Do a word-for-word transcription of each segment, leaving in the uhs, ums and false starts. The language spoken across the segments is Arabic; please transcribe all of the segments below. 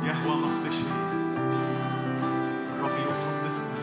يهوى مقدشي الرب يقدسنا.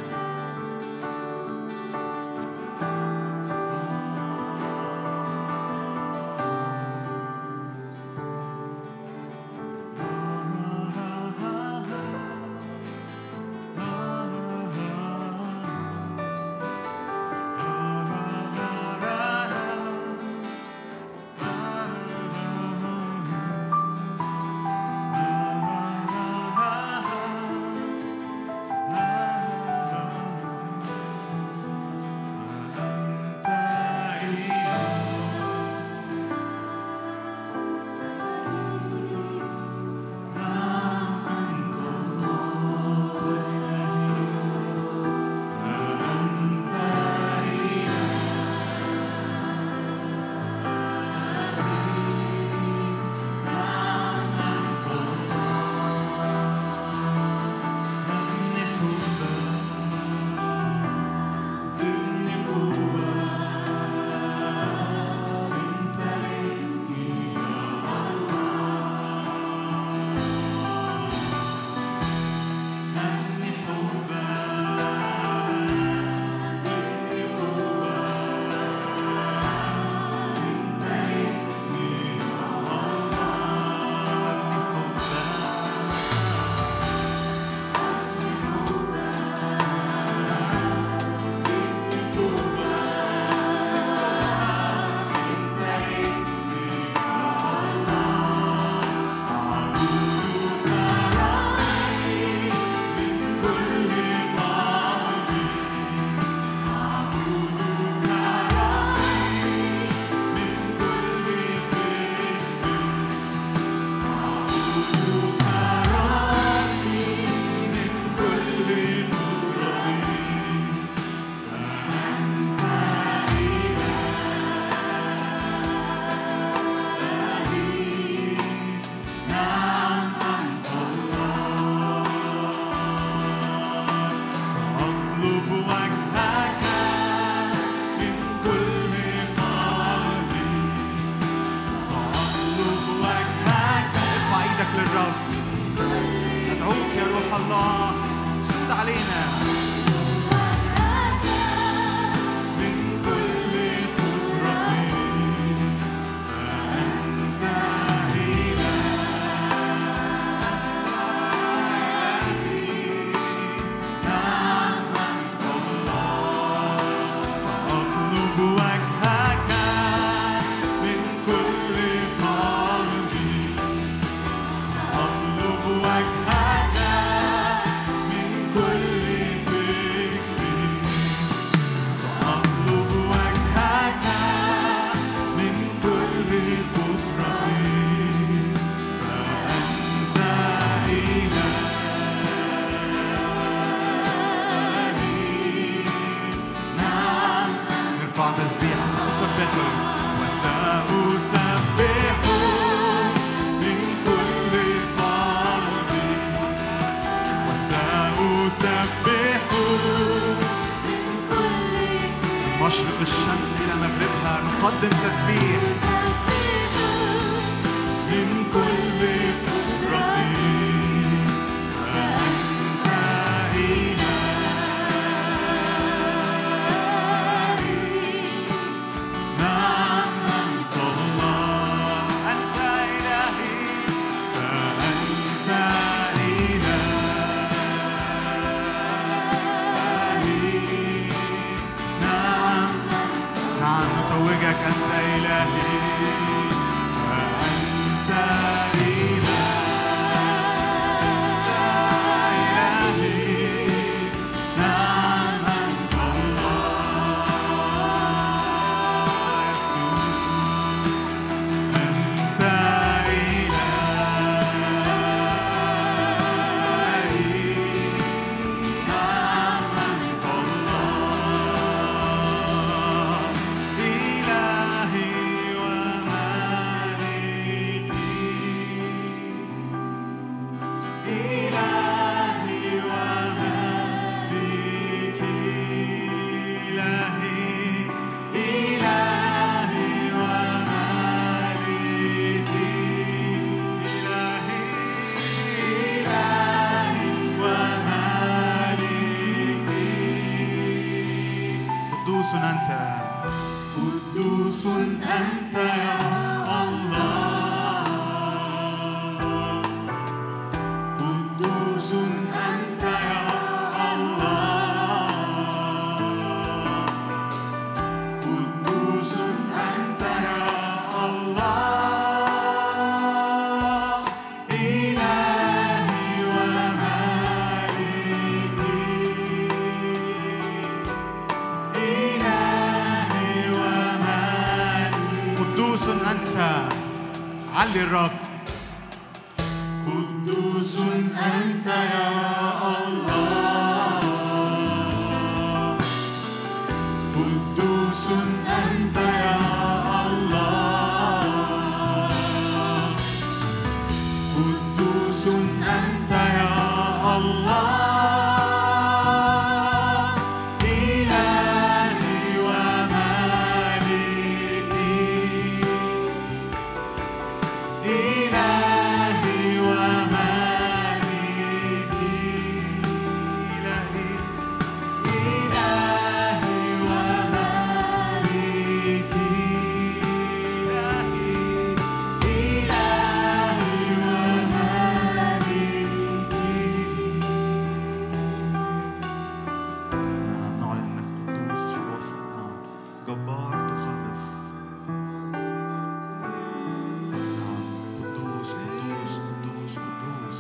نتوجك أنت إلهي. أنت يا الله، قدوس أنت يا الله، قدوس أنت يا الله، إلهي ومالكي، إلهي ومالكي. قدوس أنت، علي الرب. قدوس أنت يا الله، قدوس أنت يا الله، قدوس أنت يا الله، إلهي ومالكي، إلهي ومالكي، إلهي إلهي ومالكي، إلهي إلهي ومالكي. نعم، نعلن إنك قدوس في وسطنا، جبار تخلص. نعم، قدوس قدوس قدوس قدوس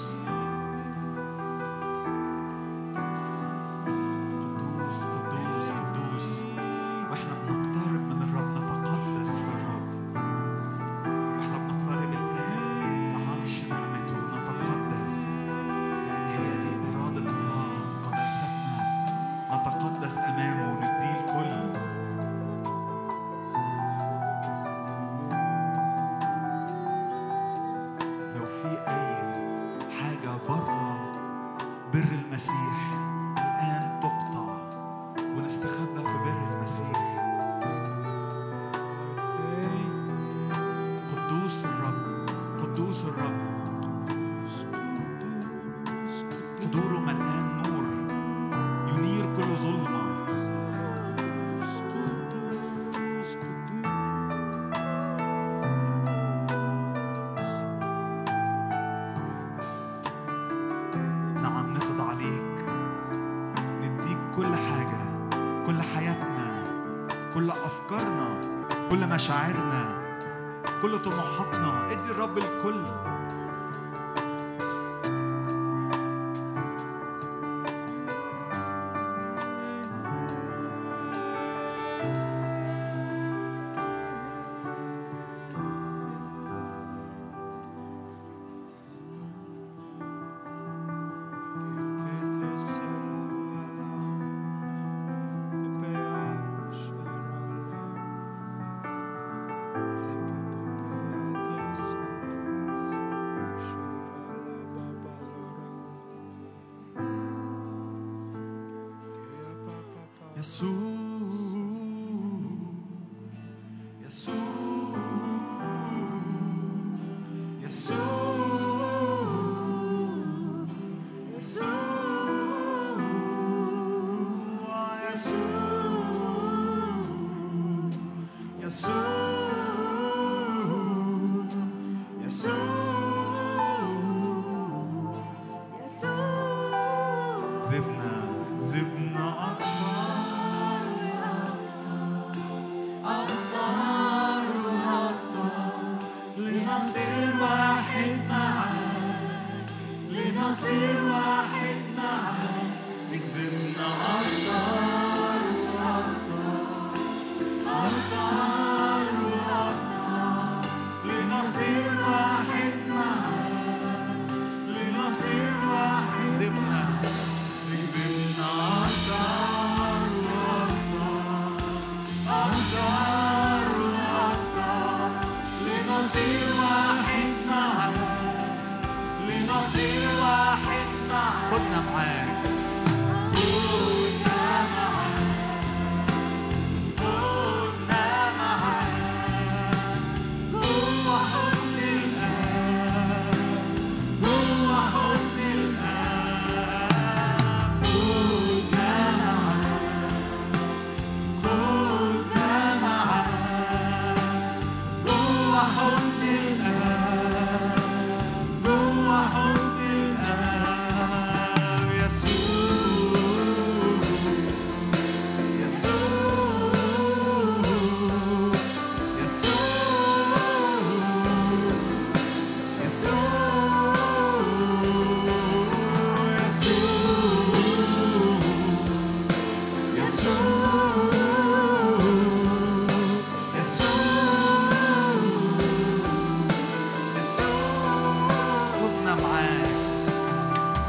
قدوس قدوس قدوس. واحنا بنقترب من الرب نتقدس في الرب، واحنا بنقترب الآن لعرش نعمته نتقدس، يعني هي دي إرادة الله، قداستنا، نتقدس أمامه ونديه الكل. لو في أي حاجة بره بر المسيح الآن تقطع ونستخبى في بر المسيح. قدوس الرب، قدوس الرب، حضوره ملآن نور ينير كل ظلمة. نعم، نخضع ليك، نديك كل حاجة، كل حياتنا، كل أفكارنا، كل مشاعرنا، كل طموحاتنا. ادي الرب الكل. يسوع يسوع يسوع يسوع يسوع يسوع. زبنا زبنا نصير واحد معاك، نكذبنا أكتر وأكتر أكتر وأكتر، لنصير واحد معاك، لنصير واحد. زبنا نكذبنا أكتر وأكتر أكتر وأكتر، لنصير واحد معاك، لنصير واحد معاك. خدنا معاك، خدنا معاك، خدنا معاك جوا حضن الآب، جوا حضن الآب. خدنا معاك، خدنا معاك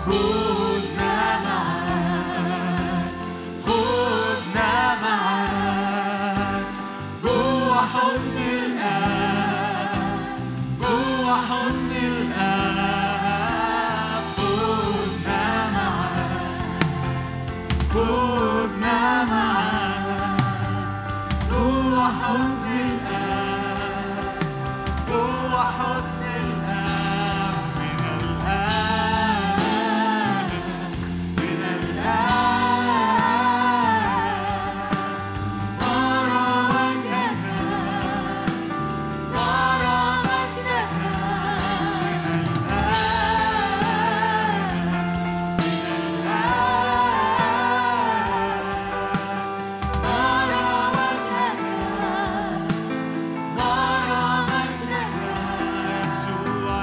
خدنا معاك خدنا معاك جوا حضن الآب جوا حضن الآب خدنا معاك خدنا معاك جوا حضن الآب جوا حضن الآب من الآن من الآن نرى وجهك نرى مجدك من الآن من الآن نرى وجهك نرى مجدك يسوع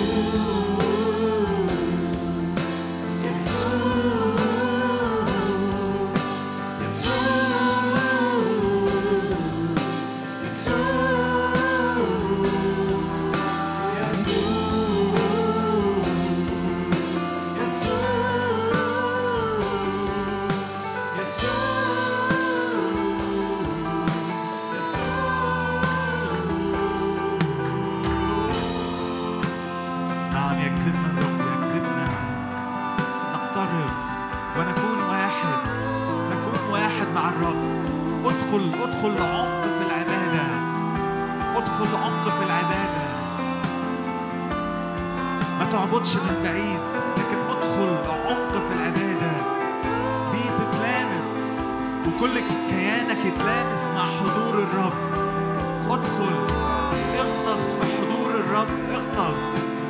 نعم يجذبنا الرب يجذبنا نقترب ونكون واحد نكون واحد مع الرب ادخل ادخل عمق في العبادة ادخل عمق في العبادة ما تعبدش من بعيد لكن ادخل عمق في العبادة دي تتلامس وكل كيانك يتلامس مع حضور الرب ادخل اغطس في حضور الرب اغطس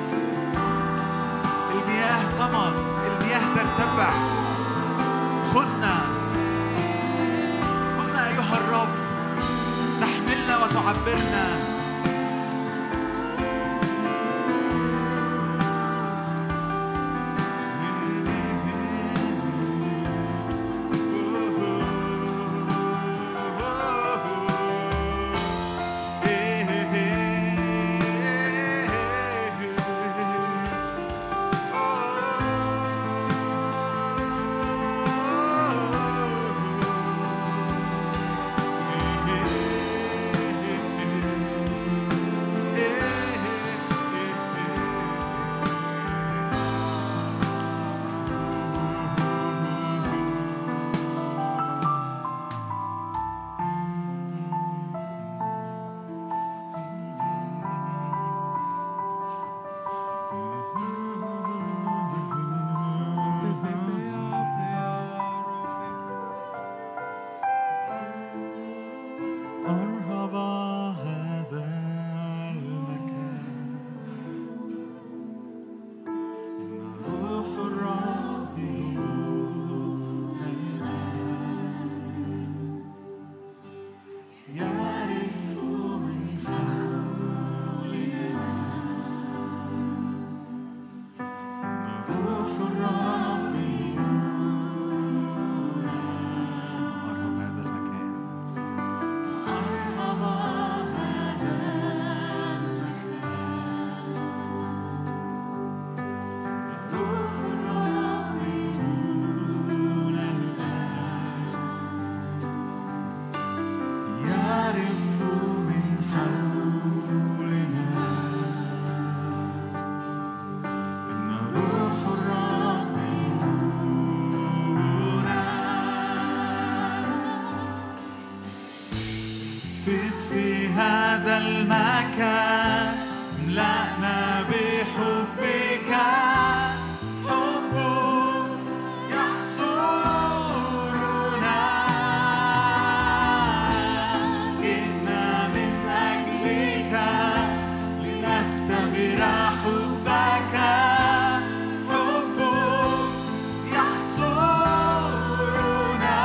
المياه طمت المياه ترتفع خذنا خذنا أيها الرب تحملنا وتعبرنا أرهب هذا المكان إن روح الرب هنا الآن يعرف من حولنا إن روح الرب هنا أرهب هذا المكان أرهب هذا المكان روح الرب هنا الآن يعرف من حولنا إن روح الرب هنا فت في هذا المكان املأنا بحبك حبك يحصرنا جئنا من أجلك لنختبر حبك حبك يحصرنا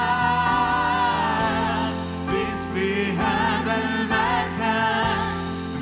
فت في هذا المكان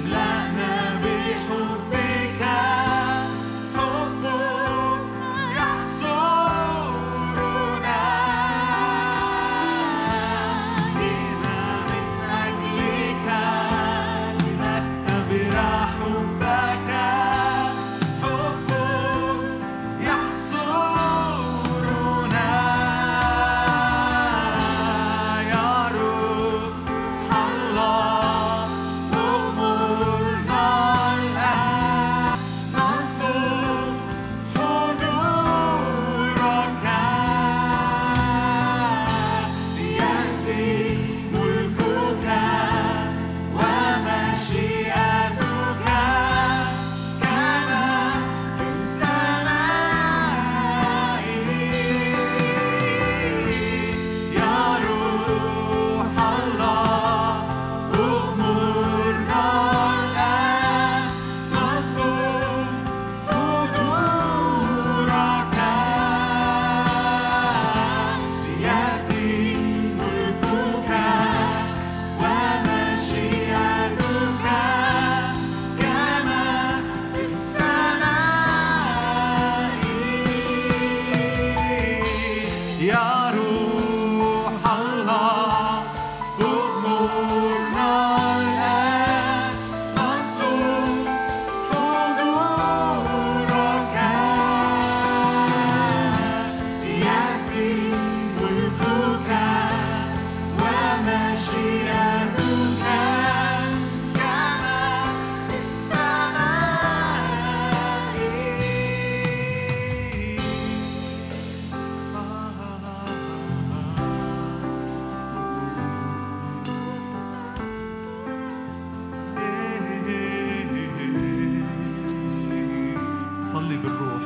صلي بالروح.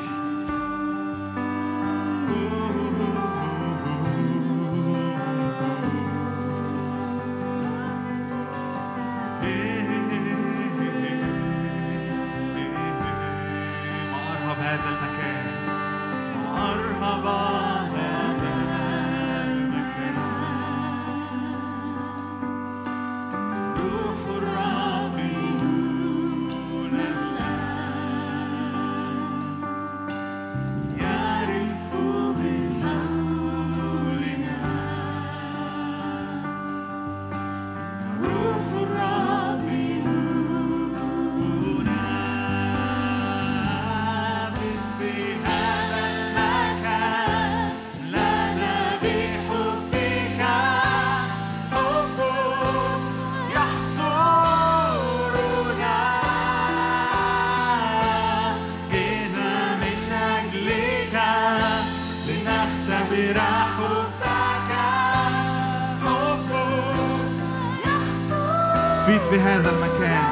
في هذا المكان.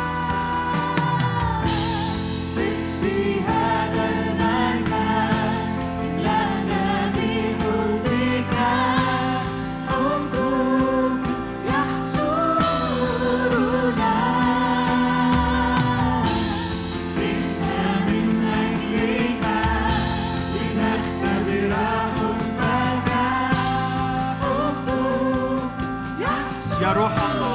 في هذا المكان لنا بحبك حبك يحصرنا. إنا من أجلك لنختبر حبك حبك يحصرنا. يا روح الله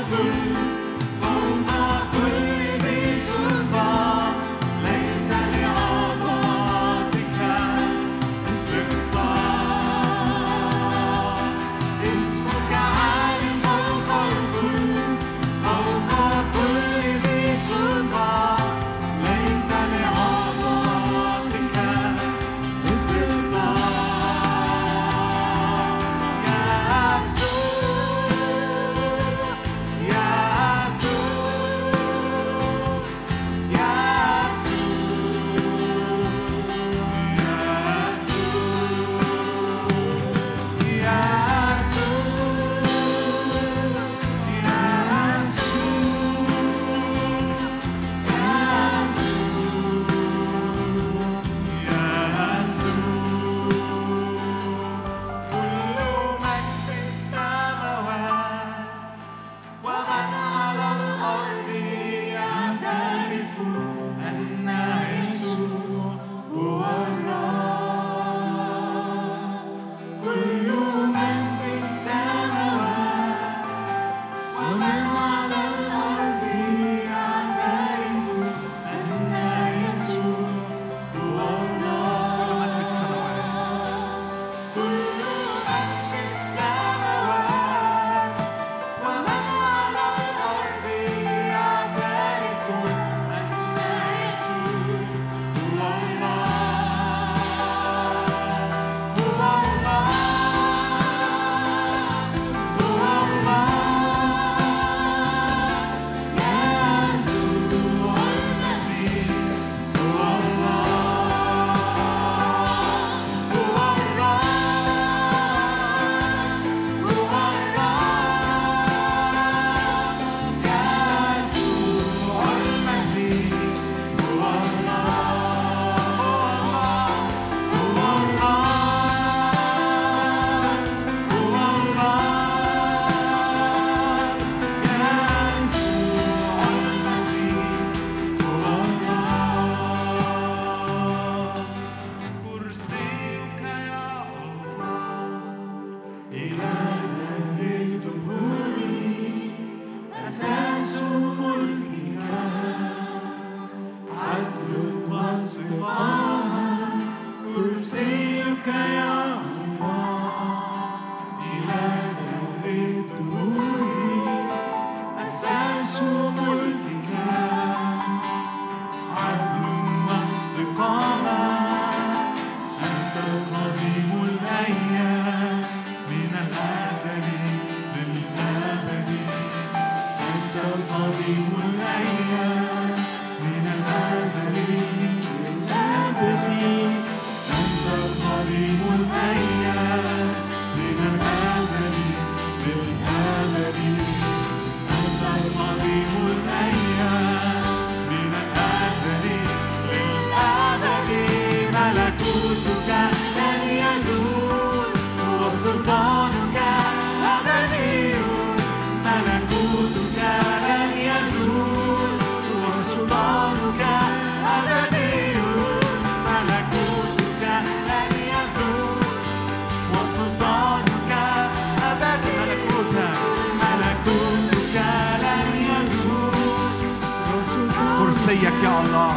كرسيك يا الله،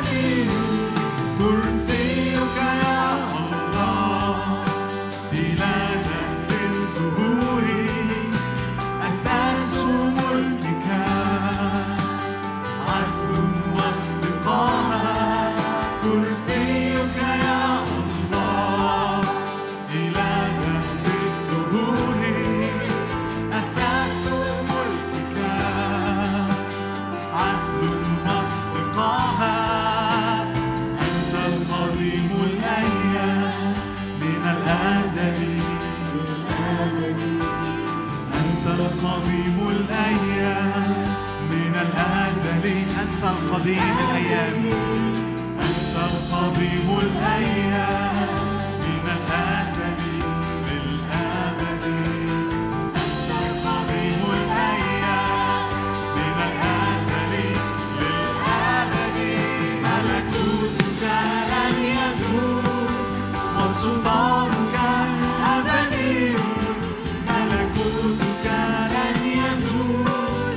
كرسيك يا الله إلى دهر الدهور، أساس ملكك عدل واستقامة. كرسيك يا الله إلى دهر الدهور، أساس ملكك عدل واستقامة. أنت القديم الأيام من الأزل للأبد، أنت القديم الأيام من الأزل، أنت القديم الأيام، أنت القديم الأيام من الأزل للأبد، أنت القديم الأيام من الأزل للأبد. ملكوتك لن يزول وسلطانك أبدي، ملكوتك لن يزول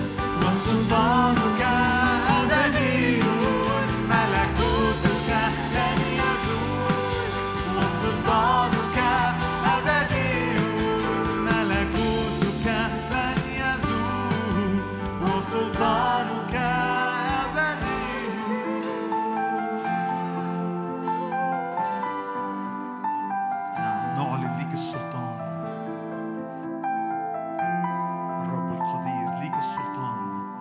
وسلطانك أبدي. نعم نعلن ليك السلطان الرب القدير، ليك السلطان.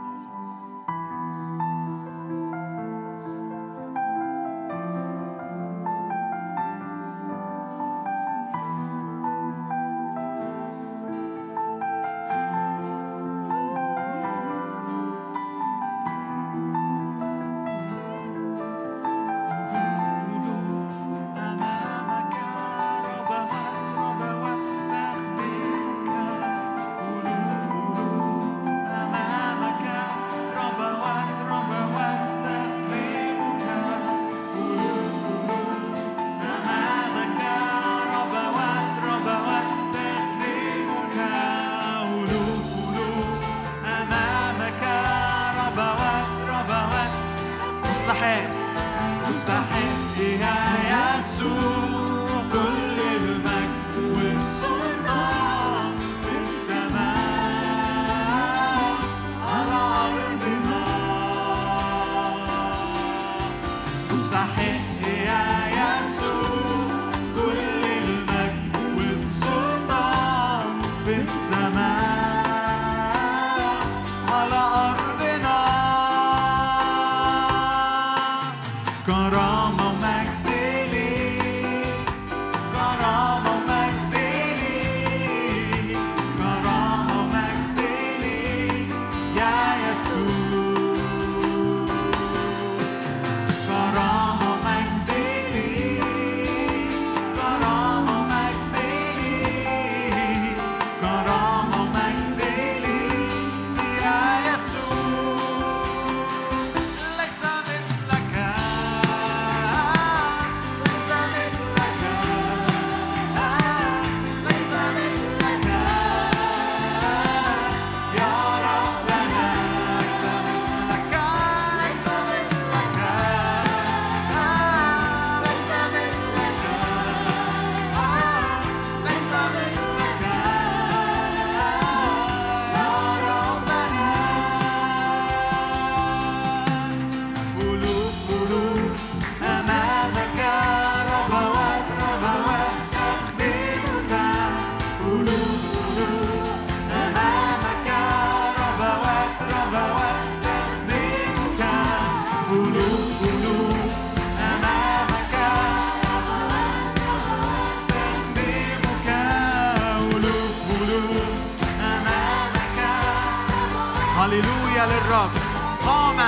هللويا للرب قام.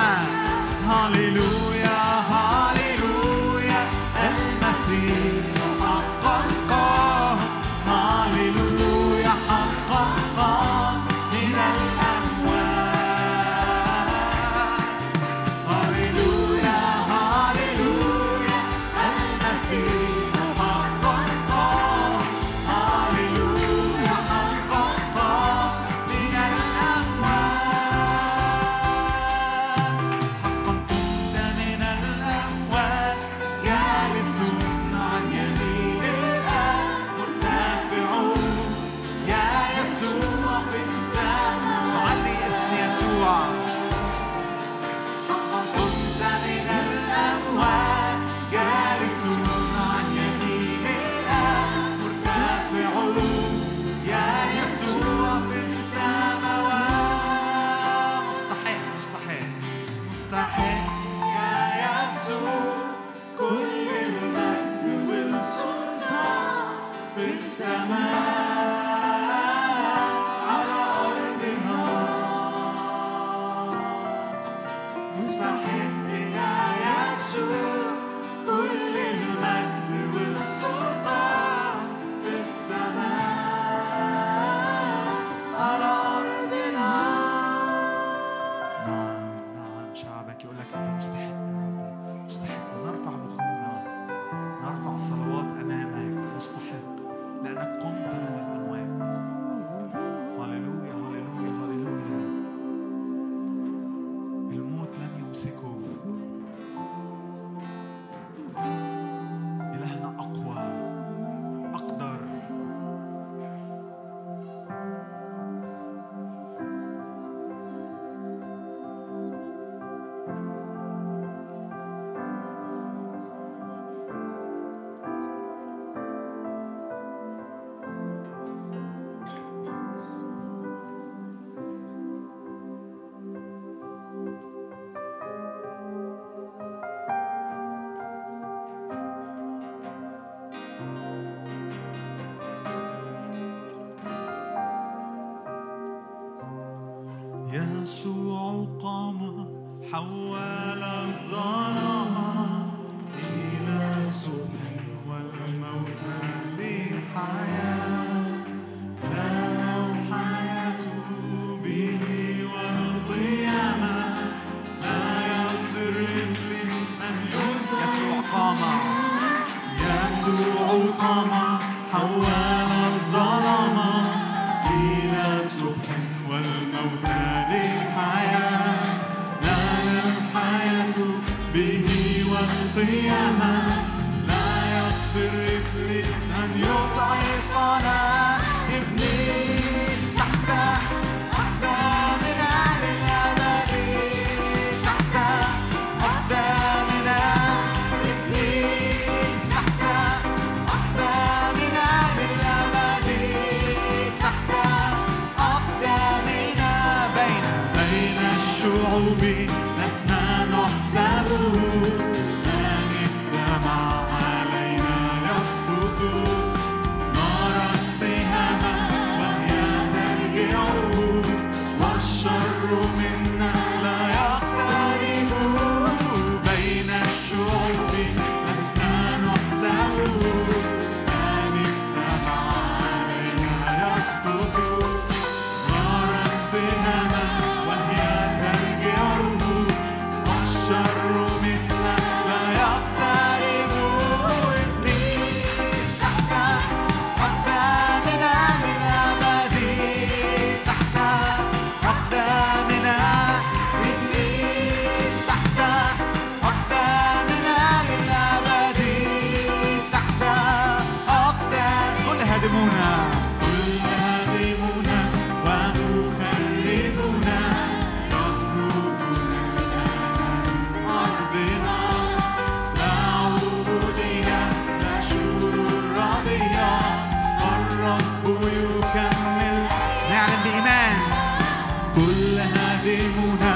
هللويا هللويا المسيح حقا قام. هللويا حقا قام من الأموات. هللويا هللويا المسيح حقا قام. هللويا حقا قام من يمسكه يسوع قام حول الظلام إلى الصبح والموت للحياة لنا الحياة به والقيامة لا يقدر إبليس أن يدرك يسوع قام يسوع قام حول الظلام إلى الصبح والموت للحياة لنا الحياة به والقيامة لا يقدر إبليس أن يضعفنا إبليس تحت أقدامنا للأبد تحت أقدامنا إبليس تحت أقدامنا للأبد تحت أقدامنا بين بين الشعوب لسنا نحسبه من اجتمع علينا يسقط نرى السهام وهي ترجع والشر منا لا يقترب بين الشعوب لسنا نحسبه من اجتمع علينا يسقط نرى السهام وهي ترجع والشر منا لا يقترب إبليس تحت أقدامنا للأبد تحت أقدامنا إبليس تحت أقدامنا للأبد تحت أقدام كل هادمونا كل هادمونا ومخربونا أرضنا لا عبودية لا شرور راضية الرب يكمل نعلم بإيمان كل هادمنا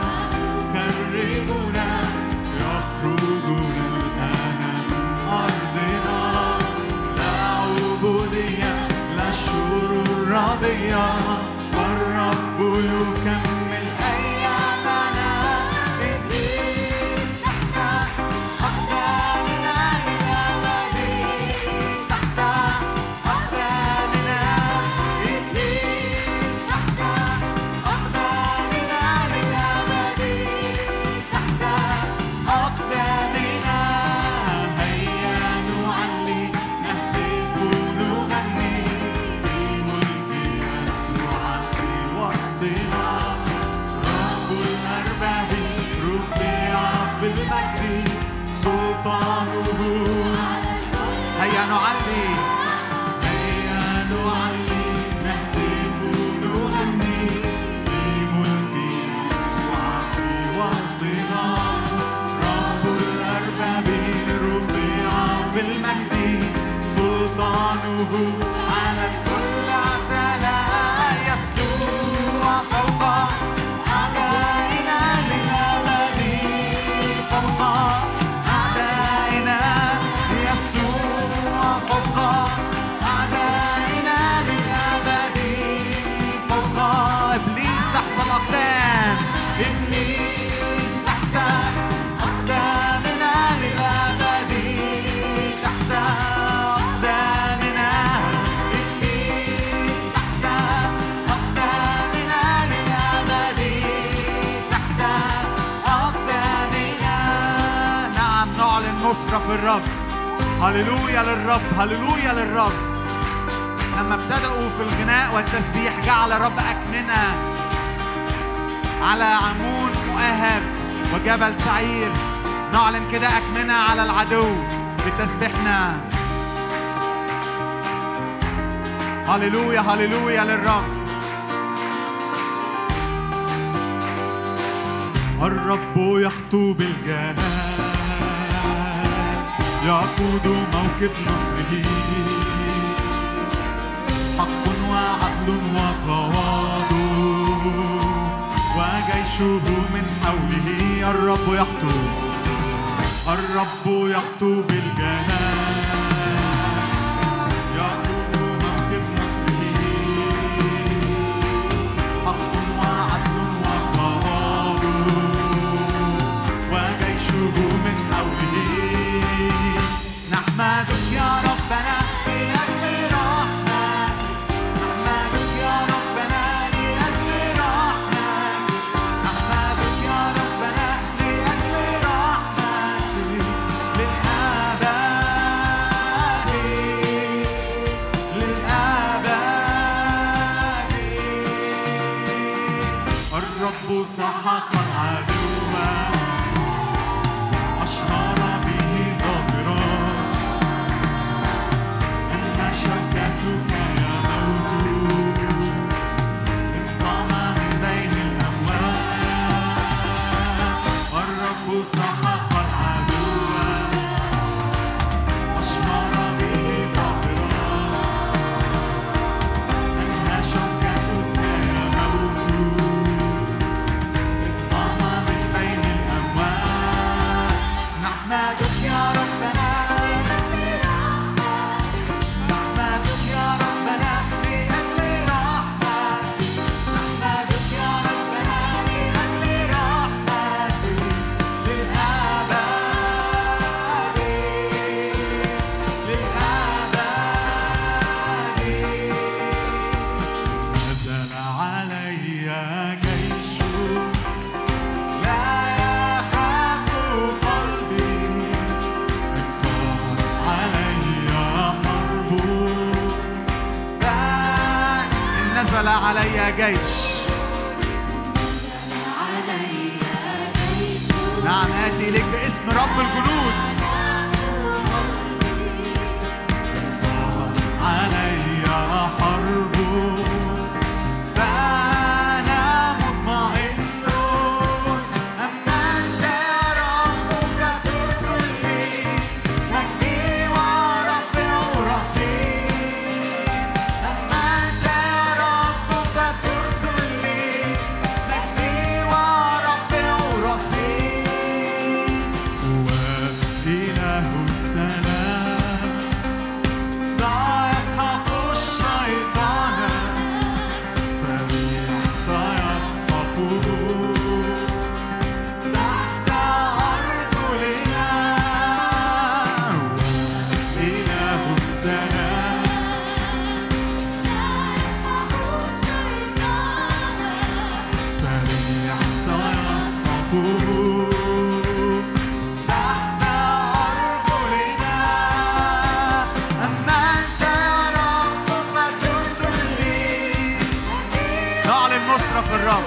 خربونا يخرجون الآن من أرضنا لا عبودية لا شرور راضية الرب يكمل أيامنا إبليس تحت أقدامنا للأبد تحت أقدامنا إبليس تحت أقدامنا للأبد تحت أقدامنا هيا نعلي نهتف نغني بملك يسوع في وسطنا رب الأرباب رفع في المجد سلطانه هيا نعلي هيا نعلي نهتف نغني بملك يسوع في وسطنا رب الأرباب رفع في المجد سلطانه على الكل اعتلى يسوع فوق أعدائنا للأبد فوق أعدائنا يسوع فوق أعدائنا للأبد فوق إبليس تحت الأقدام إبليس تحت أقدامنا للأبد تحت أقدامنا إبليس تحت أقدامنا للأبد تحت أقدامنا نعم نعلن نصرة في الرب هللويا للرب هللويا للرب لما ابتدأوا في الغناء والتسبيح جعل الرب أكمنة على عمون مؤهب وجبل سعير نعلن كده أكمنة على العدو بتسبيحنا هللويا هللويا للرب الرب يخطو بالجنان يقود موكب نصره حق وعدل وتواضع وجيشه من حوله الرب يخطو الرب يخطو بالجنان يقود موكب نصره حق وعدل الرب سحق العدو أشهر به ظافرا إن شوكتك يا موت اصطام من بين الأموات الرب سحق العدو أشهر به ظافرا إن شوكتك يا موت اصطام من بين الأموات نحمدك يا ربنا نحمدك يا ربنا لأجل رحمتك نحمدك يا ربنا لأجل رحمتك للأبد للأبد نزل علي جيش لا يخاف قلبي انقضت علي حرب إن نزل علي جيش نعم آتي إليك باسم رب الجنود علي حرب فأنا مطمئن أما أنت يا رب فترسل لي مجدي ورفع رأسي أما أنت يا رب فترسل لي مجدي ورفع رأسي وإله السلام سيسحق الشيطان سريع سيسحقه تحت أرجلنا وإله السلام سريع سيسحقه تحت أرجلنا أما أنت يا رب فترسل لي نعلن نصرة في الرب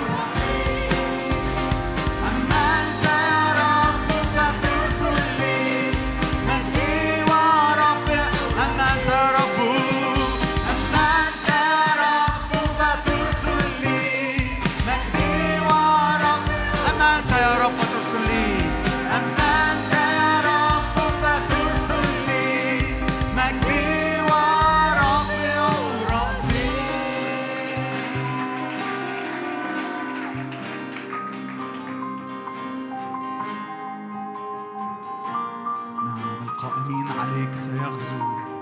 أما أنت يا رب فترسل لي مجدي ورفع أما أنت يا رب أما أنت يا رب فترسل لي مجدي ورفع أما أنت يا رب فترسل لي أما أنت يا رب فترسل لي مجدي ورفع رأسي نعم القائمين عليك سيغزو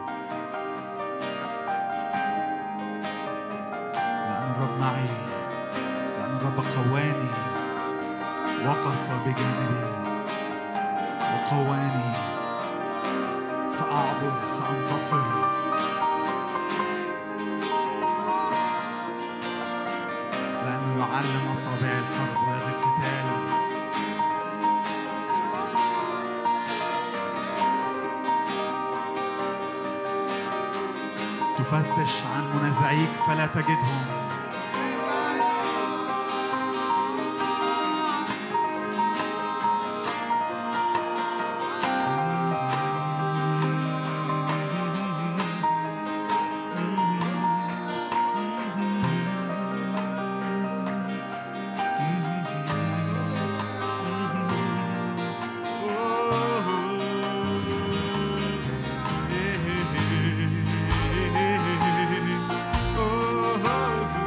لأن الرب معي لأن الرب قواني وقف بجانبي وقواني سأعبر سأنتصر لأنه يعلم أصابع الحرب ويد القتال تفتش عن منازعيك فلا تجدهم Oh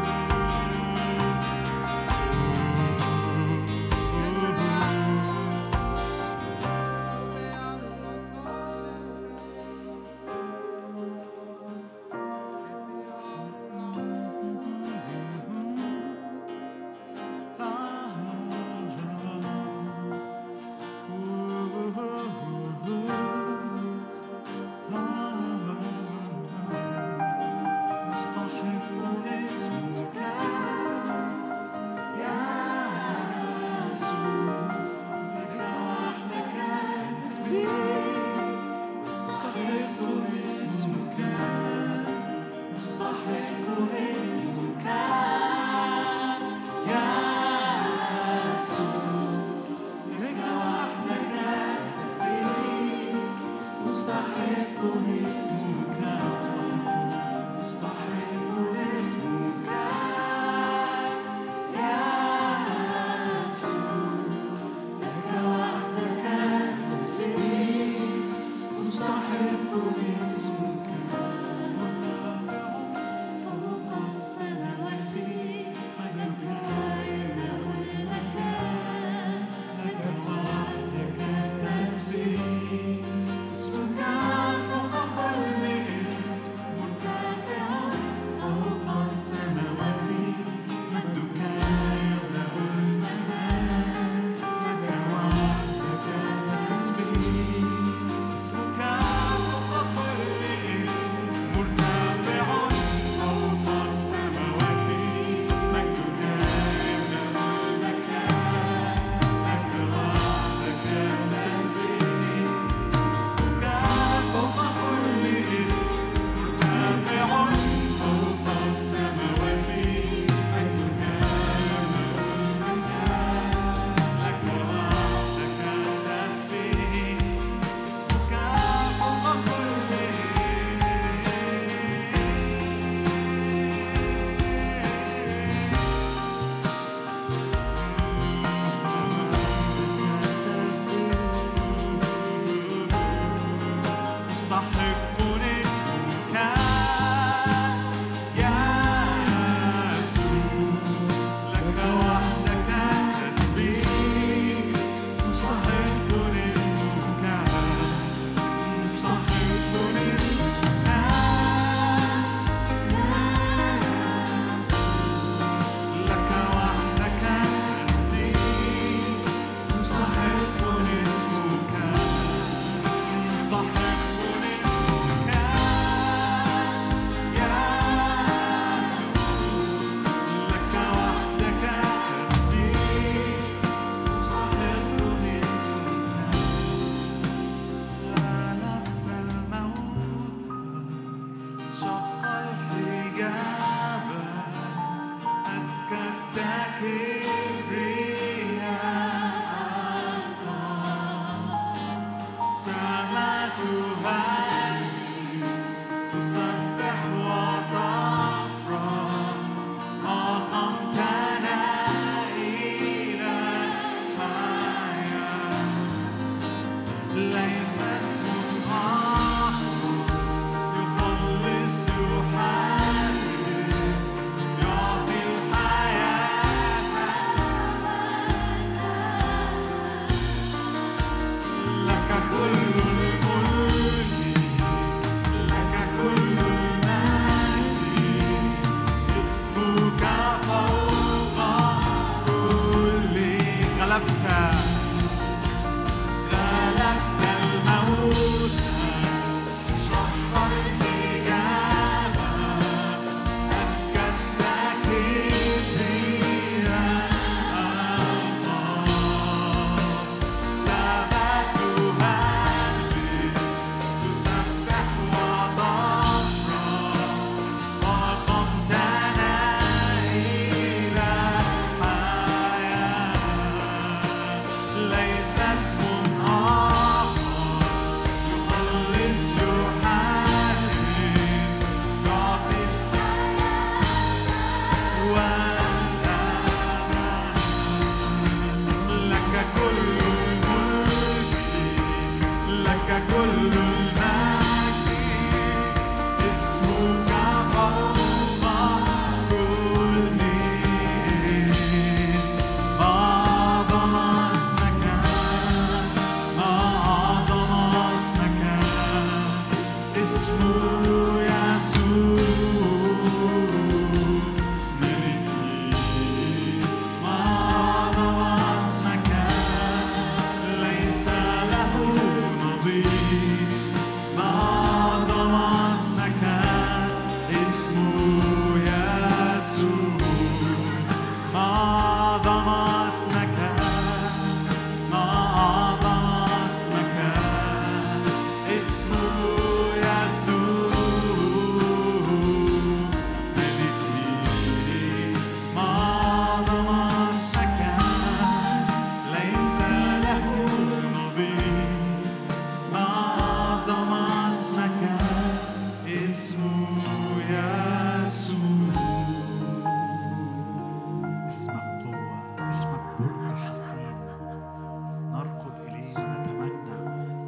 برج حصين نركض إليه ونتمنى.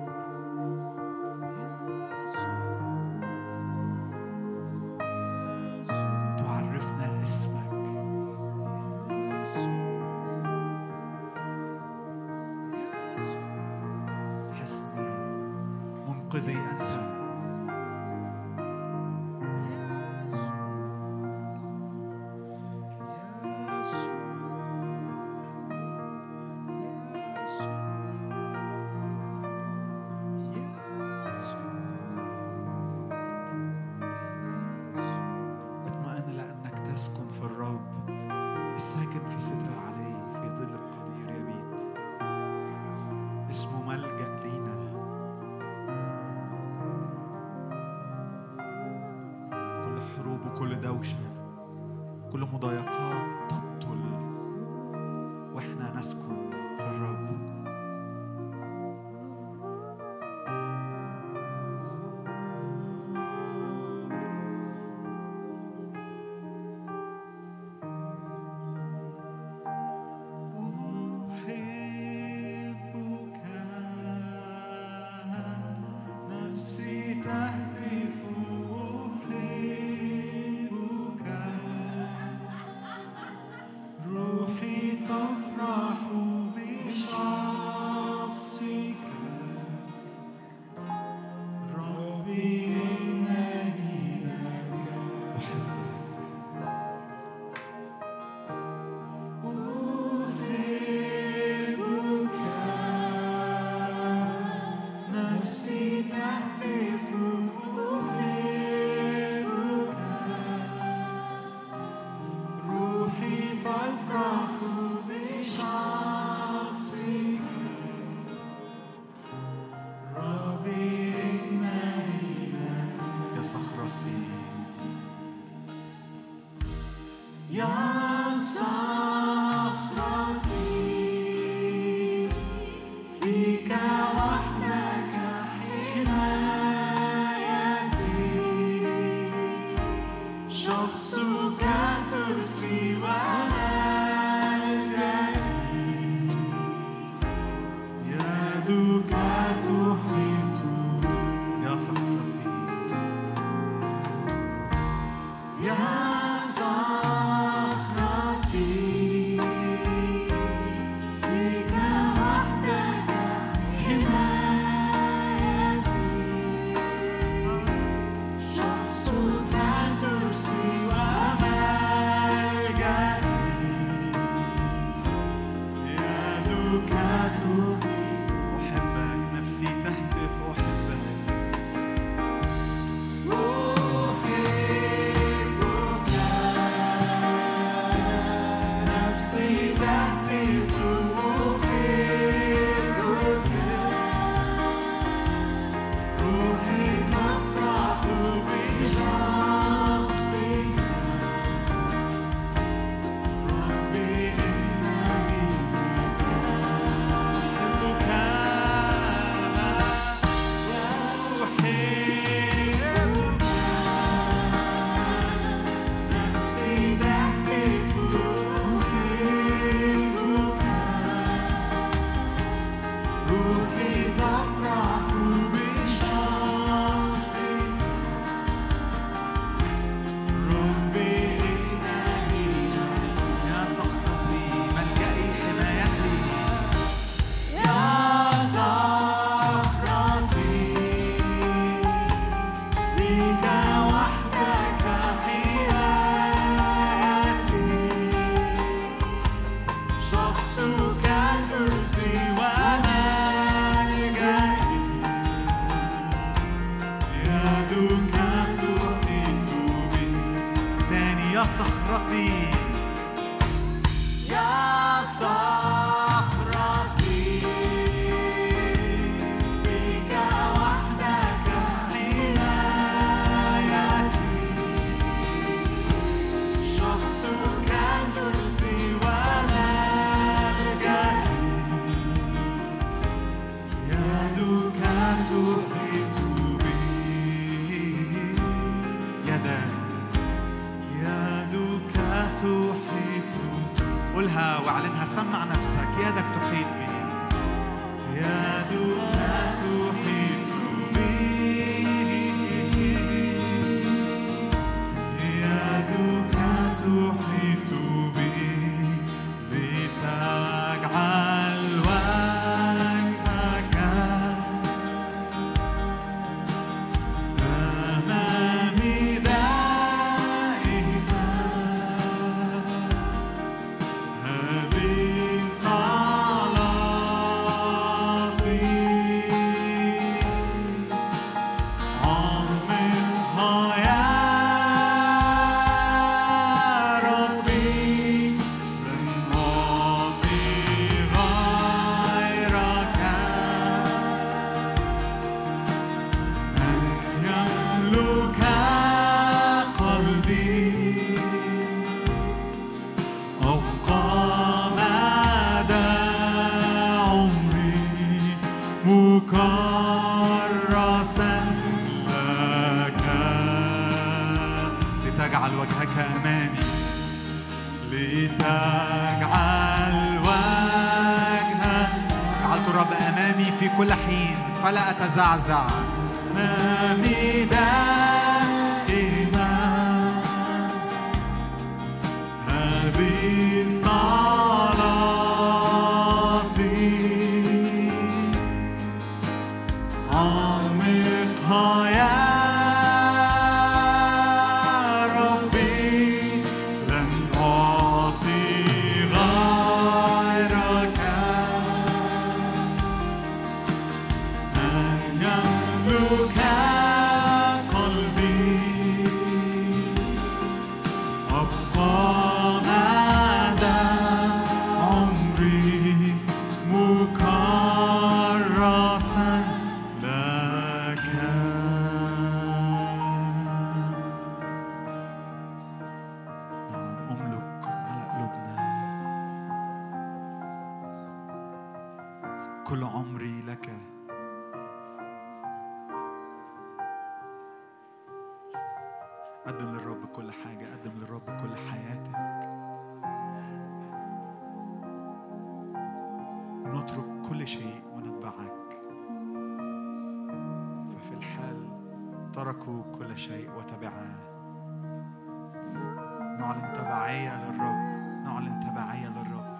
تعرفنا اسمك، حسني منقذي أنت. كل مضايقات تبطل واحنا نسكن في الرب. to يدك يدك تحيط بي، يدك تحيط بي، يدك تحيط بي لتجعل وجهك أمامي دائما. هذه صلاتي عظمها يا ربي، لن أعطي غيرك أن يملك قلبي. أبقى مدى عمري مكرسا لك، لتجعل وجهك أمامي، لتجعل وجهك. جعلت الرب أمامي في كل حين فلا أتزعزع، أمامي دائما. هذه صلاتي عمقها يا ربي، لن أعطي غيرك أن يملك قلبي. أبقى مدى عمري مكرسا لك. نعم، أملك على قلوبنا، كل عمري لك. قدم للرب كل حاجة، قدم للرب كل حياتك. نترك كل شيء ونتبعك. ففي الحال تركوا كل شيء وتبعاه. نعلن تبعية للرب، نعلن تبعية للرب.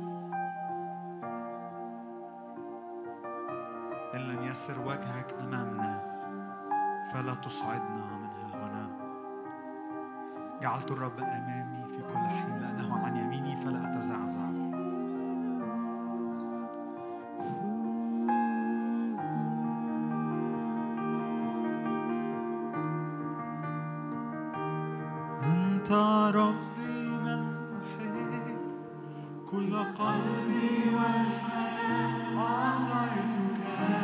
إن لم يسر وجهك أمامنا فلا تصعدنا منها هنا. جعلت الرب أمامي في كل حين، لأنه عن يميني فلا أتزعزع. أنت ربي من أحب، كل قلبي والحياة أعطيتك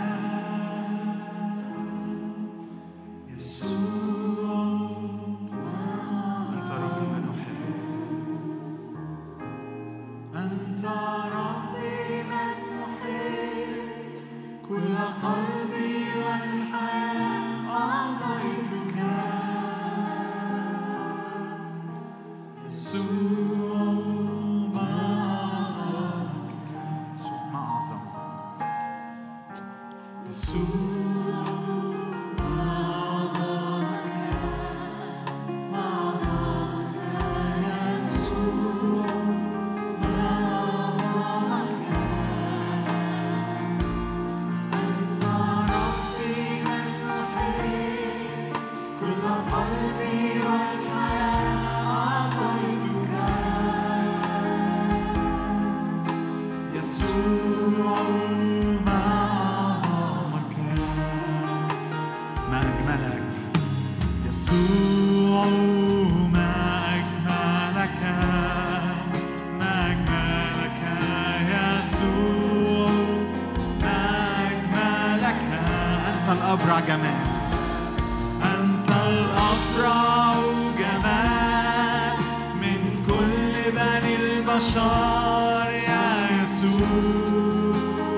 يسوع. أنت ربي من أحب، أنت ربي من أحب، كل قلبي والحياة أعطيتك يسوع. ما أعظمك، يسوع ما أعظمك، يسوع ما أعظمك، ما أعظمك يسوع، ما أعظمك. أنت ربي من أحب، كل قلبي والحياة أعطيتك يسوع. ما أعظمك، ما أجملك يسوع، ما أجملك، ما أجملك يسوع، ما أجملك. أنت الأبرع جمال، أنت الأبرع جمال من كل بني البشر يا يسوع.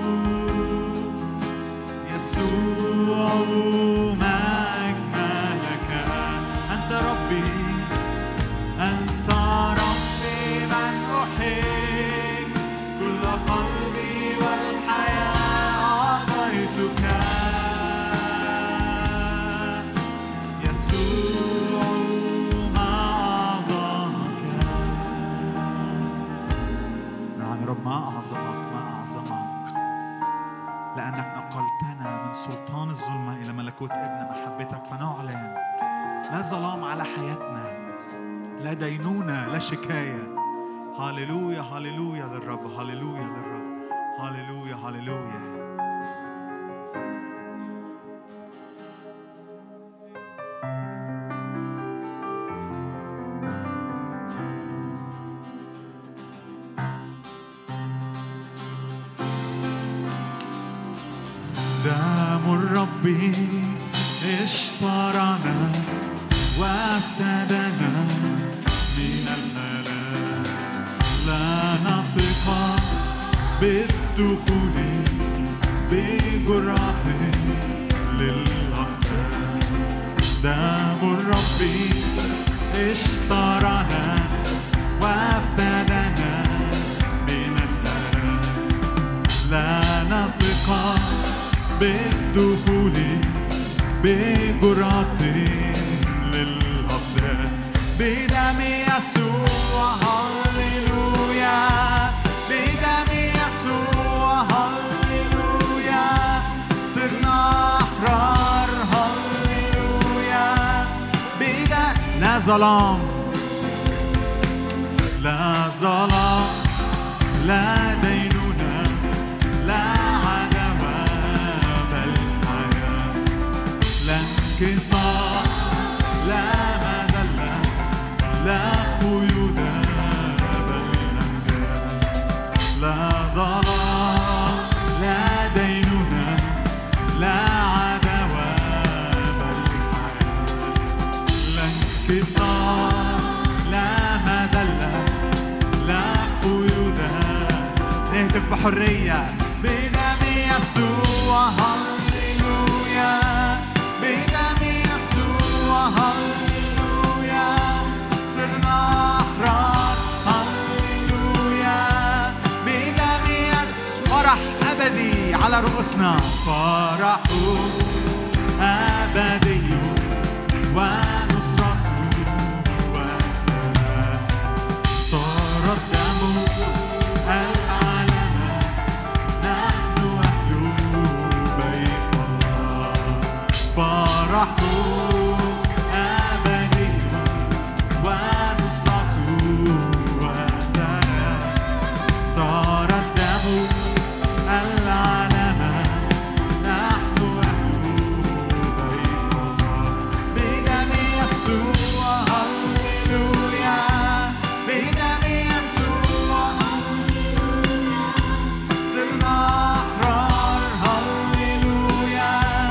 يسوع ما أجملك. أنت ربي، أنت ربي من أحب، كل قلبي ما أعظمك ما أعظمك، لأنك نقلتنا من سلطان الظلمة إلى ملكوت ابن محبتك. فنعلن لا ظلام على حياتنا، لا دينونة، لا شكاية. هاليلويا هاليلويا للرب، هاليلويا للرب، هاليلويا هاليلويا. دم الرب اشترانا وافتدانا من الهلاك، لا نثق بالدخول بجرأة للأقداس. دم الرب اشترانا وافتدانا من الهلاك، لا نثق بالدخول بجرأة للأقداس. بدم يسوع هللويا، بدم يسوع هللويا، صرنا أحرار هللويا. بدم لا ظلام لا ظلام، لا دينونة، لا انكسار، لا مذلة، لا قيود بل أمجاد، لا ضلال، لا دينونة، لا عداوة بل حياة، لا انكسار، لا مذلة، لا قيود. نهتف بحرية بدم يسوع هللويا، بدم يسوع هللويا، صرنا أحرار هللويا. بدم يسوع فرح أبدي على رؤوسنا، فرح أبدي ونصرته والسلام. صار الدم العلم، نحن أهل بيت الله. فرح أبدي ونصرته وسلام. صار الدم العلم، نحن أهل بيت الله. بدم يسوع هللويا، بدم يسوع هللويا، صرنا أحرار هللويا.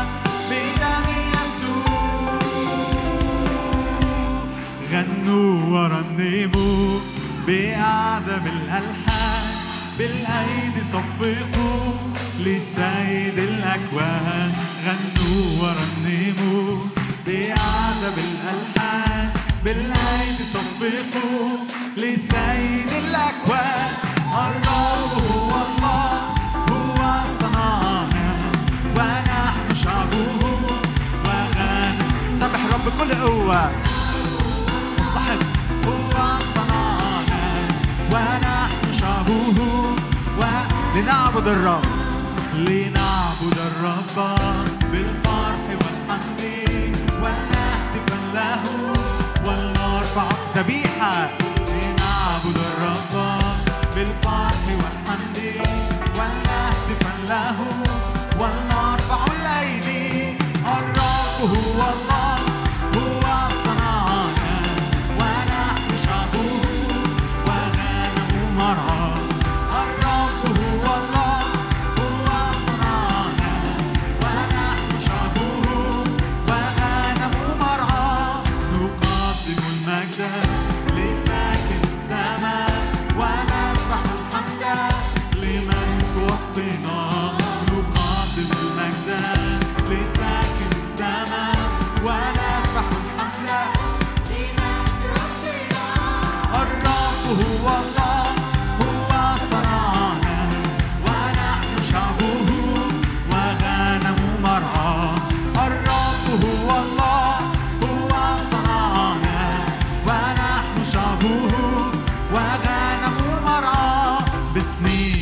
غنوا ورنموا بأعذب الألحان، بالأيدي صفقوا لسيد الأكوان. غنوا ورنموا بأعذب الألحان، بالأيدي صفقوا لسيد الأكوان. الرب هو الله، هو صنعنا ونحن شعبه وغنم. سبح الرب بكل قوة. مصلحب هو صنعنا ونحن شعبه ولنعبد الرب، لنعبد الرب بالفرح والحمد ونهتف له ونرفع ذبيحة. لنعبد الرب بالفرح والحمد ونهتف له ونرفع الأيدي. الرب هو الله، هو صنعنا ونحن شعبه وغنم مرعى. الرب هو الله، هو صنعنا ونحن شعبه وغنم مرعى. نقدم المجد لساكن السماء ونذبح الحمد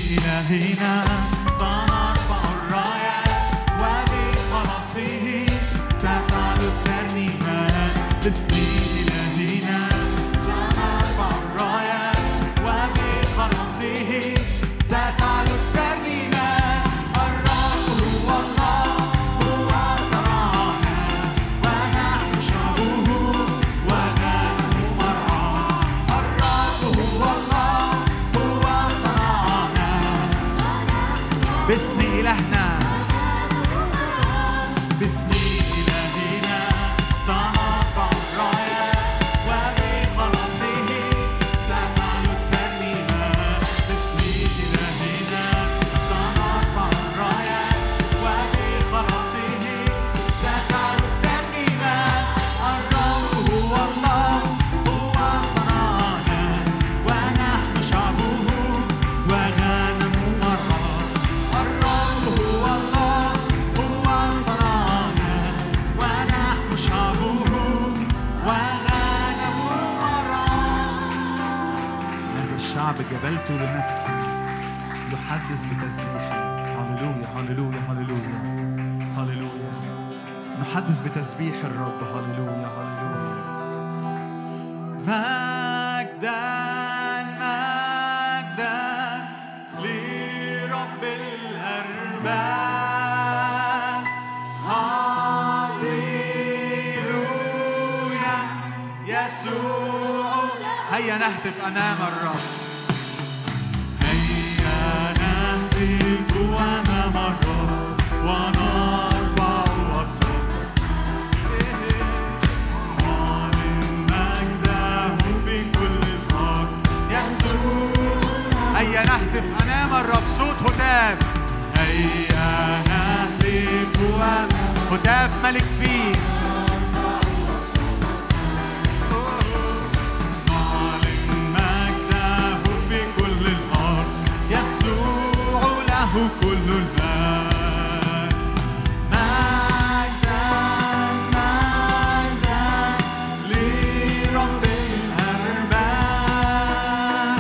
إلهنا سنرفع الراية وبخلاصه سنفعل الترنيمات. باسم إلهنا سنرفع الراية وبخلاصه سنفعل الترنيمات. الرب هو الله هو صنعنا ونحن شعبه وغنم مرعاه. الرب هو الله هو صنعنا باسم إلهنا باسم إلهنا سنرفع الراية وبخلاصه سنفعل الترنيمات. باسم إلهنا سنرفع الراية وبخلاصه سنفعل الترنيمات. الرب هو الله هو صنعنا ونحن شعبه وغنم مرعاه. الرب هو الله هو صنعنا ونحن شعبه وغنم مرعاه. هذا الشعب جبلته لنفسي يحدث بتسبيحي. هللويا هللويا هللويا هللويا. نحدث بتسبيح الرب. هللويا هللويا. مجدا مجدا لرب الأرباب. هللويا يسوع. هيا نهتف أمام الرب. هيا نهتف أمام الرب ونرفع أصواتنا. نعلن مجده في كل الأرض. يسوع. هيا نهتف أمام الرب صوت هتاف. هيا نهتف أمام هتاف ملك فيه. نعلن مجده في كل الأرض. يسوع له كل المجد. مجدا مجدا لرب الأرباب.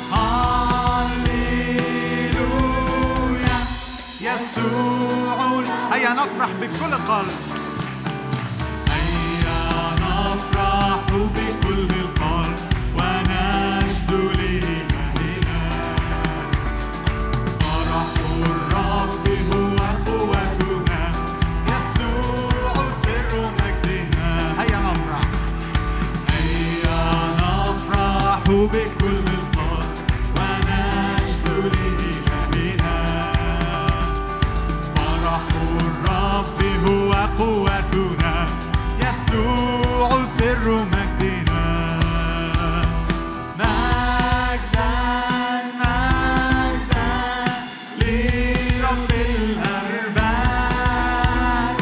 هللويا يسوع. هيا نفرح بكل قلب. هيا نفرح بكل القلب ونشد لإلهنا. فرح الرب هو قوتنا. يسوع سر مجدنا. هيا نفرح. هيا نفرح بكل القلب ونشد لإلهنا. فرح الرب هو قوتنا. يسوع سر مجدنا. مجدا مجدا لرب الأرباب.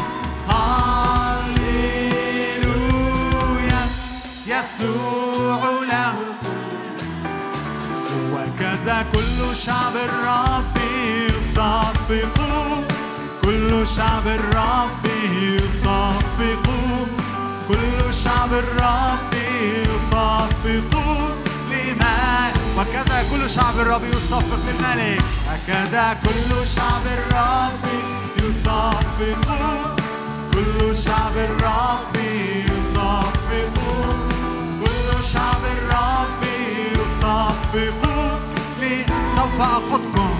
هللويا يسوع له. وكذا كل شعب الرب يصفق. كل شعب الرب يصفق. كل شعب الرب يصفق لمن. وكذا كل شعب الرب يصفق للملك. هكذا كل شعب الرب يصفق. كل شعب الرب يصفق. كل شعب الرب يصفق لي. سوف أقودكم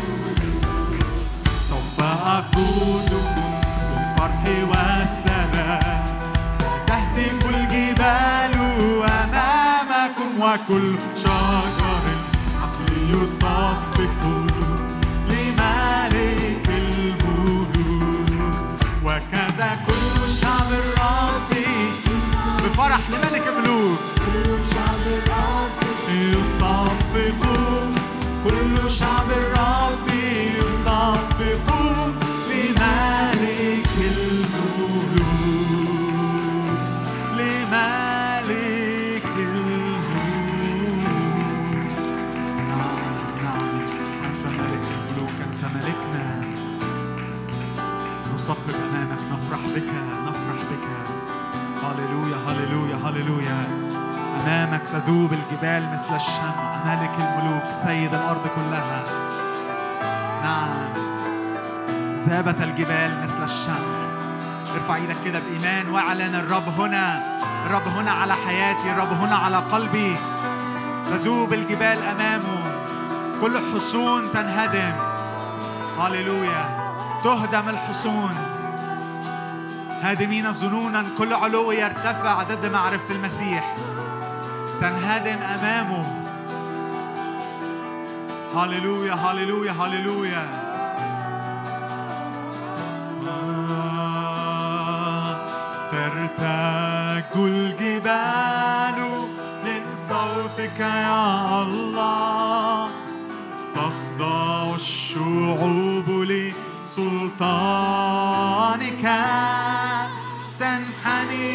سوف أقودكم بالفرح والسلام. تهتف الجبال أمامكم وكل شجر حقل يصفق لملك الملوك. وكذا كل شعب الرب بفرح لملك الملوك. كل شعب الرب يصفق. كل شعب الرب يصفق لملك الملوك. لملك الملوك. نعم نعم أنت ملك الملوك. أنت ملكنا. نصفق أمامك. نفرح بك نفرح بك. هللويا هللويا هللويا. أمامك تذوب الجبال مثل الشمع. ملك الملوك سيد الأرض كلها. ذابت الجبال مثل الشمس. ارفع ايدك كده بإيمان واعلن الرب هنا، الرب هنا على حياتي، الرب هنا على قلبي. تذوب الجبال أمامه، كل حصون تنهدم. هاليلويا. تهدم الحصون، هادمين ظنونا، كل علو يرتفع ضد معرفة المسيح تنهدم أمامه. هاليلويا هاليلويا هاليلويا. ترتج الجبال من صوتك يا الله، تخضع الشعوب لسلطانك، تنحني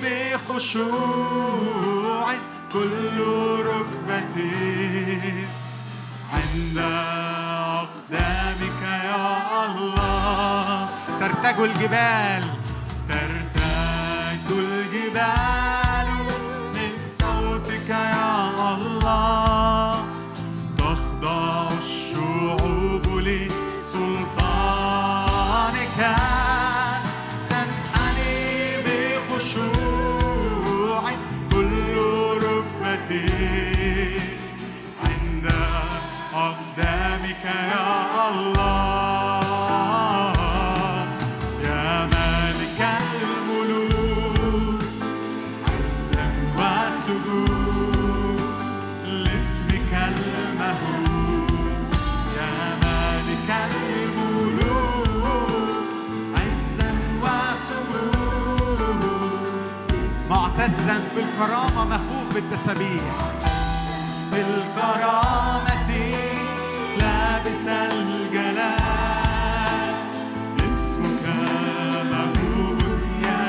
بخشوع كل ركبة عند أقدامك يا الله. ترتج الجبال، ترتج الجبال من صوتك يا الله، تخضع الشعوب لسلطانك، تنحني بخشوع كل ركبة عند أقدامك يا الله. معتزاً بالكرامة مخوف بالتسبيح، بالكرامة لابس الجلال، اسمك محبوب يا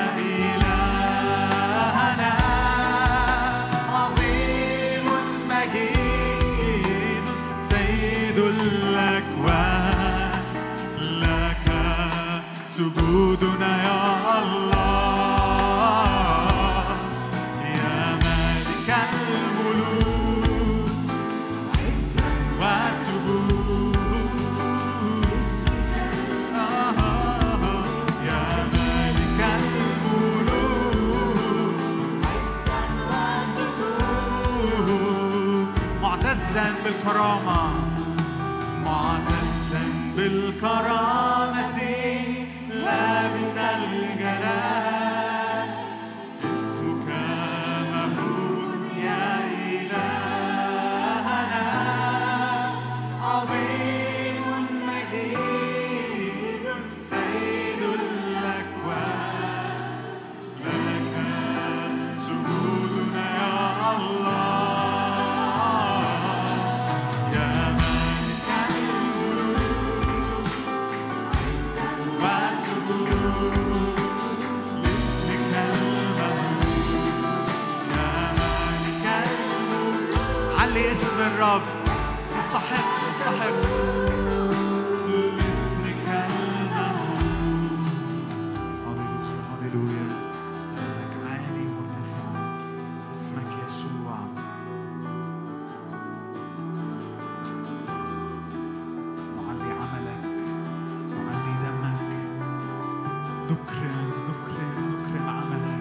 إلهنا، عظيم مجيد سيد الأكوان، لك سجودنا يا الله. معتزاً بالكرامة، معتزاً بالكرامة لابس الجلال، اسمك محبوب يا إلهنا، عظيم مجيد سيد الأكوان، لك سجودنا يا الله. اسم الرب يستحق يستحق اسمك المحبوب. هللويا هللويا. اسمك عالي مرتفع، اسمك يسوع. نعلي عملك، نعلي دمك، نكرم نكرم نكرم عملك.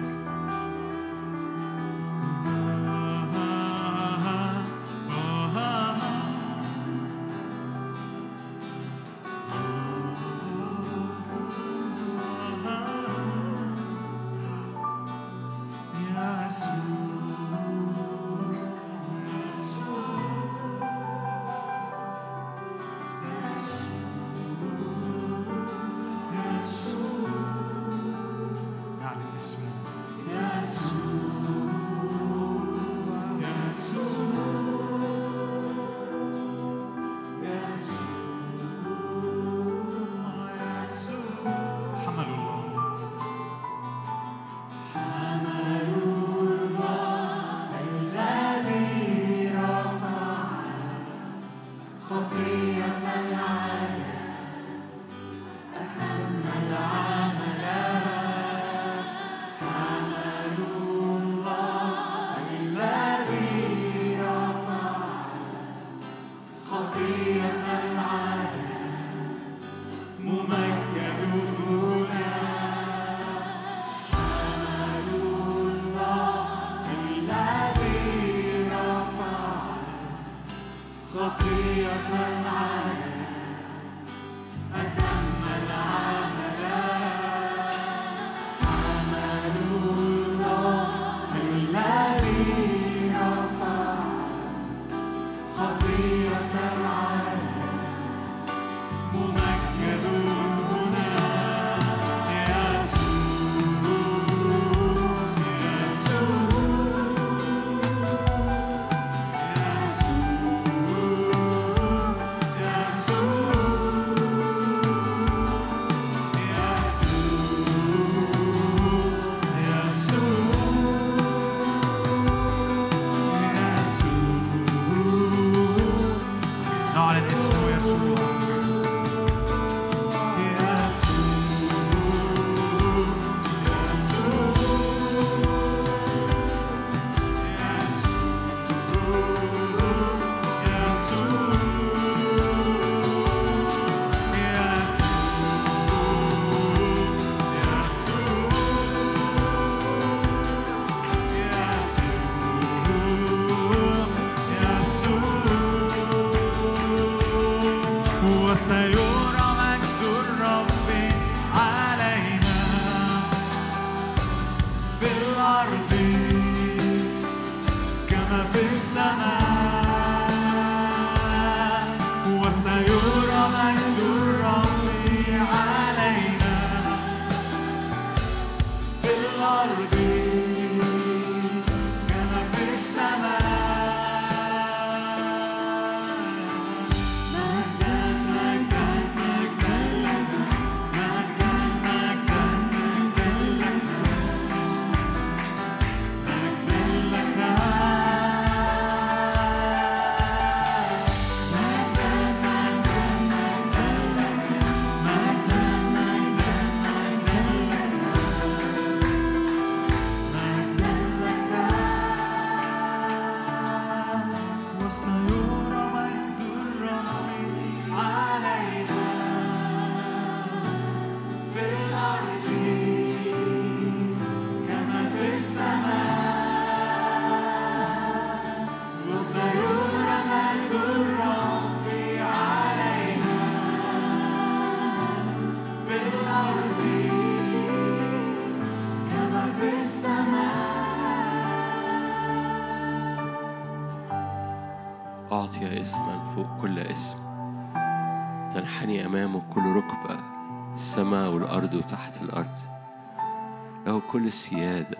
أعطي اسما فوق كل اسم تنحني أمامه كل ركبة، السماء والأرض وتحت الأرض. له كل السيادة.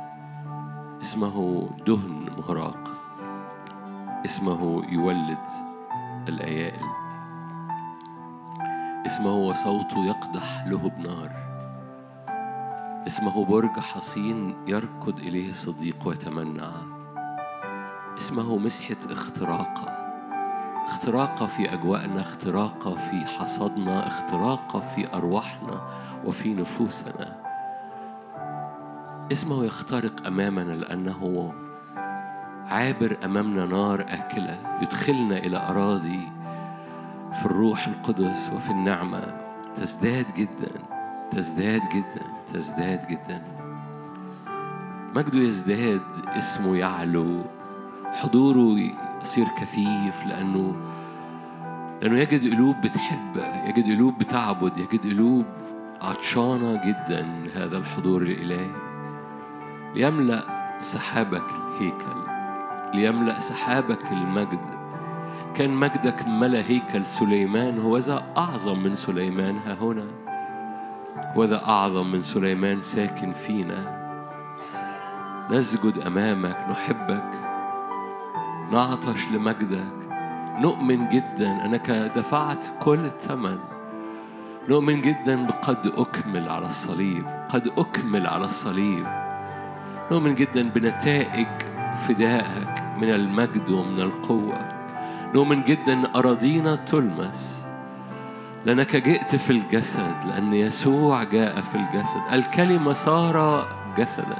اسمه دهن مهراق، اسمه يولد الأيائل، اسمه وصوته يقدح لهب نار، اسمه برج حصين يركض إليه الصديق ويتمنع، اسمه مسحة اختراقة، اختراقة في أجواءنا، اختراقة في حصادنا، اختراقة في أرواحنا وفي نفوسنا. اسمه يخترق أمامنا لأنه عابر أمامنا نار آكلة يدخلنا إلى أراضي في الروح القدس وفي النعمة تزداد جدا تزداد جدا تزداد جدا. مجده يزداد، اسمه يعلو، حضوره يصير كثيف، لأنه لأنه يجد قلوب بتحب، يجد قلوب بتعبد، يجد قلوب عطشانة جدا لهذا الحضور الإلهي. ليملأ سحابك الهيكل، ليملأ سحابك المجد. كان مجدك ملأ هيكل سليمان، هوذا أعظم من سليمان ها هنا، هوذا أعظم من سليمان ساكن فينا. نسجد أمامك، نحبك، نعطش لمجدك، نؤمن جدا أنك دفعت كل الثمن، نؤمن جدا بقد أكمل على الصليب، قد أكمل على الصليب، نؤمن جدا بنتائج فدائك من المجد ومن القوة، نؤمن جدا أن أراضينا تلمس لأنك جئت في الجسد، لأن يسوع جاء في الجسد. الكلمة صار جسدا،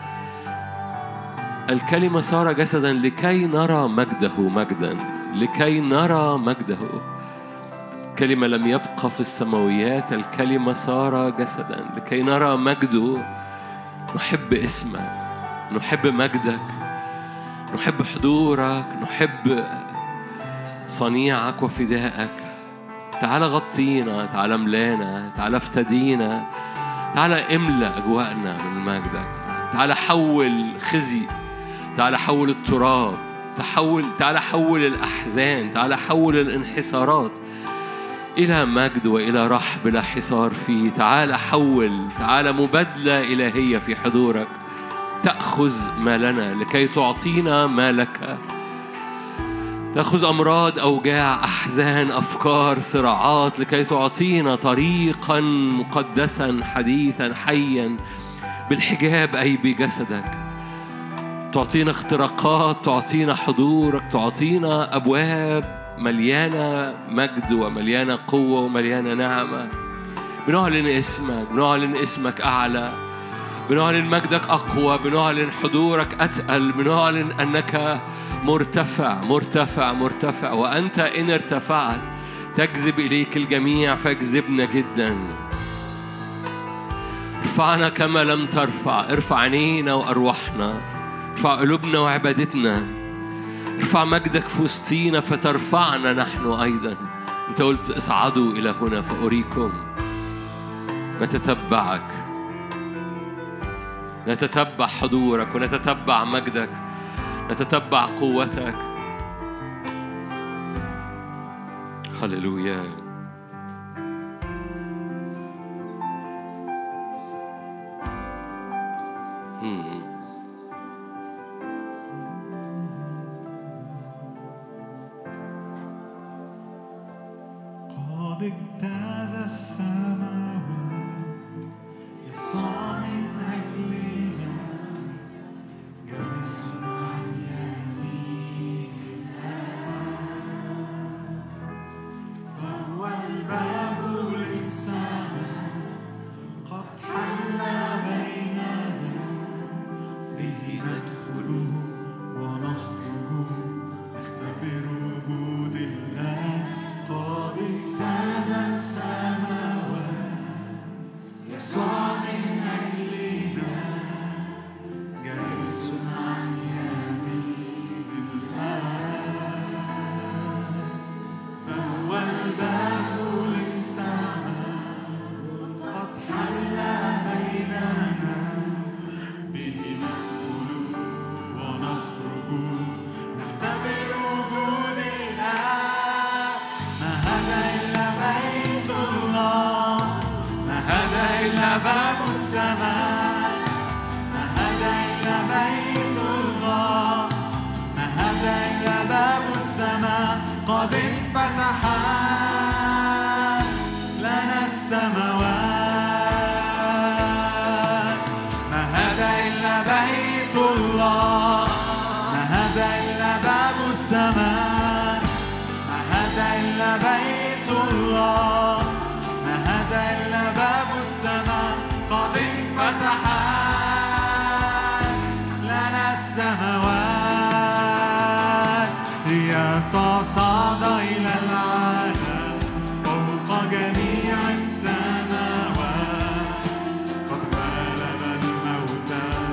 الكلمة صار جسدا لكي نرى مجده مجدا، لكي نرى مجده. كلمة لم يبقى في السماويات، الكلمة صار جسدا لكي نرى مجده. نحب اسمك، نحب مجدك، نحب حضورك، نحب صنيعك وفدائك. تعال غطينا، تعال املانا، تعال افتدينا، تعال املأ أجواءنا من مجدك. تعال حول خزي، تعال حول التراب، تحول، تعال حول الأحزان، تعال حول الانحسارات إلى مجد وإلى رحب لا حصار فيه. تعال حول، تعال مبادلة إلهية في حضورك، تأخذ ما لنا لكي تعطينا ما لك. تأخذ أمراض، أوجاع، أحزان، أفكار، صراعات لكي تعطينا طريقا مقدسا حديثا حيا بالحجاب أي بجسدك. تعطينا اختراقات، تعطينا حضورك، تعطينا أبواب مليانة مجد ومليانة قوة ومليانة نعمة. بنعلن اسمك، بنعلن اسمك أعلى، بنعلن مجدك أقوى، بنعلن حضورك أتقل، بنعلن أنك مرتفع مرتفع مرتفع. وأنت إن ارتفعت تجذب إليك الجميع، فاجذبنا جدا. ارفعنا كما لم ترفع، ارفع عينينا وأرواحنا، ارفع قلوبنا وعبادتنا، ارفع مجدك في وسطينا فترفعنا نحن أيضا. أنت قلت اصعدوا إلى هنا فأريكم. نتتبعك، نتتبع حضورك ونتتبع مجدك، نتتبع قوتك. هللويا. قد اجتاز السماوات يسوع من أجلنا، جالس عن يمين الآب، فهو الباب للسماء قد حل بيننا، به ندخل ونخرج نختبر وجود الله. قد اجتاز السماوات يسوع من أجلنا، السماء ما هذا إلا بيت الله ما هذا إلا باب السماء قد انفتح لنا السماوات ما هذا إلا بيت الله ما هذا إلا باب السماء ما هذا إلا بيت الله ما هذا إلا باب السماء قد انفتح لنا السماوات يسوع صعد إلى العالم فوق جميع السماوات قد غلب الموت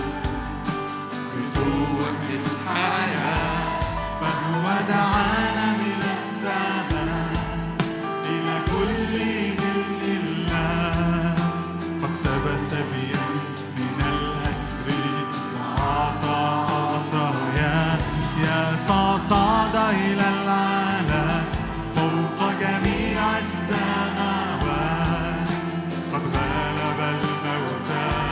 بقوة الحياة فهو دعانا من السماء إلى كل ملء الله قد سب سبيا من الأسر وأعطى عطايا يسوع صعد إلى العالم فوق جميع السماوات قد غلب الموت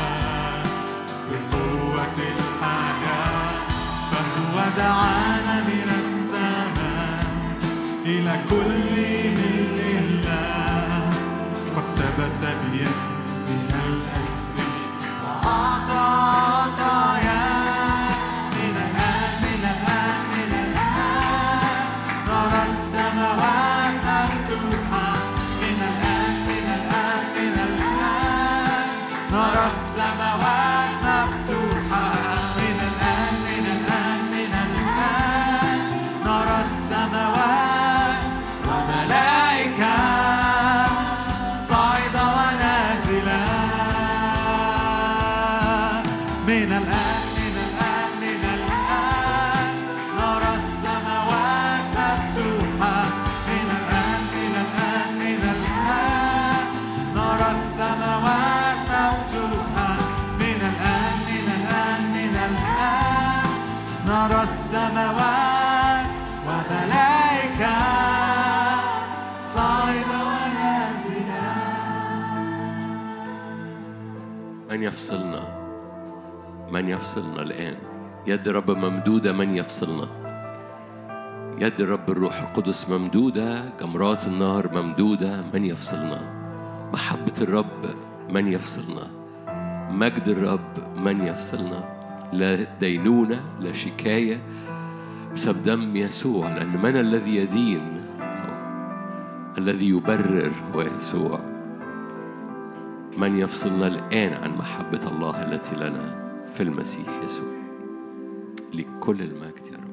بقوة الحياة فهو دعانا من السماء إلى كل ملء الله قد سب سبيا من الأسر وأعطى عطايا من الآن من الآن من الآن نرى السماوات مفتوحة من الآن من الآن من الآن نرى السماوات مفتوحة من الآن من الآن من الآن نرى السماوات وملائكة صاعدة ونازلة من الآن من الآن من الآن نرى السماوات مفتوحة من الآن من الآن من الآن نرى السماوات مفتوحة من الآن من الآن من الآن نرى السماوات وملائكة صاعدة ونازلة. من يفصلنا من يفصلنا الآن يد الرب ممدودة من يفصلنا يد الرب الروح القدس ممدودة جمرات النار ممدودة من يفصلنا محبة الرب من يفصلنا مجد الرب من يفصلنا لا دينونة لا شكاية بسبب دم يسوع لأن من الذي يدين الذي يبرر هو يسوع من يفصلنا الآن عن محبة الله التي لنا في المسيح يسوع لكل المجد يا رب.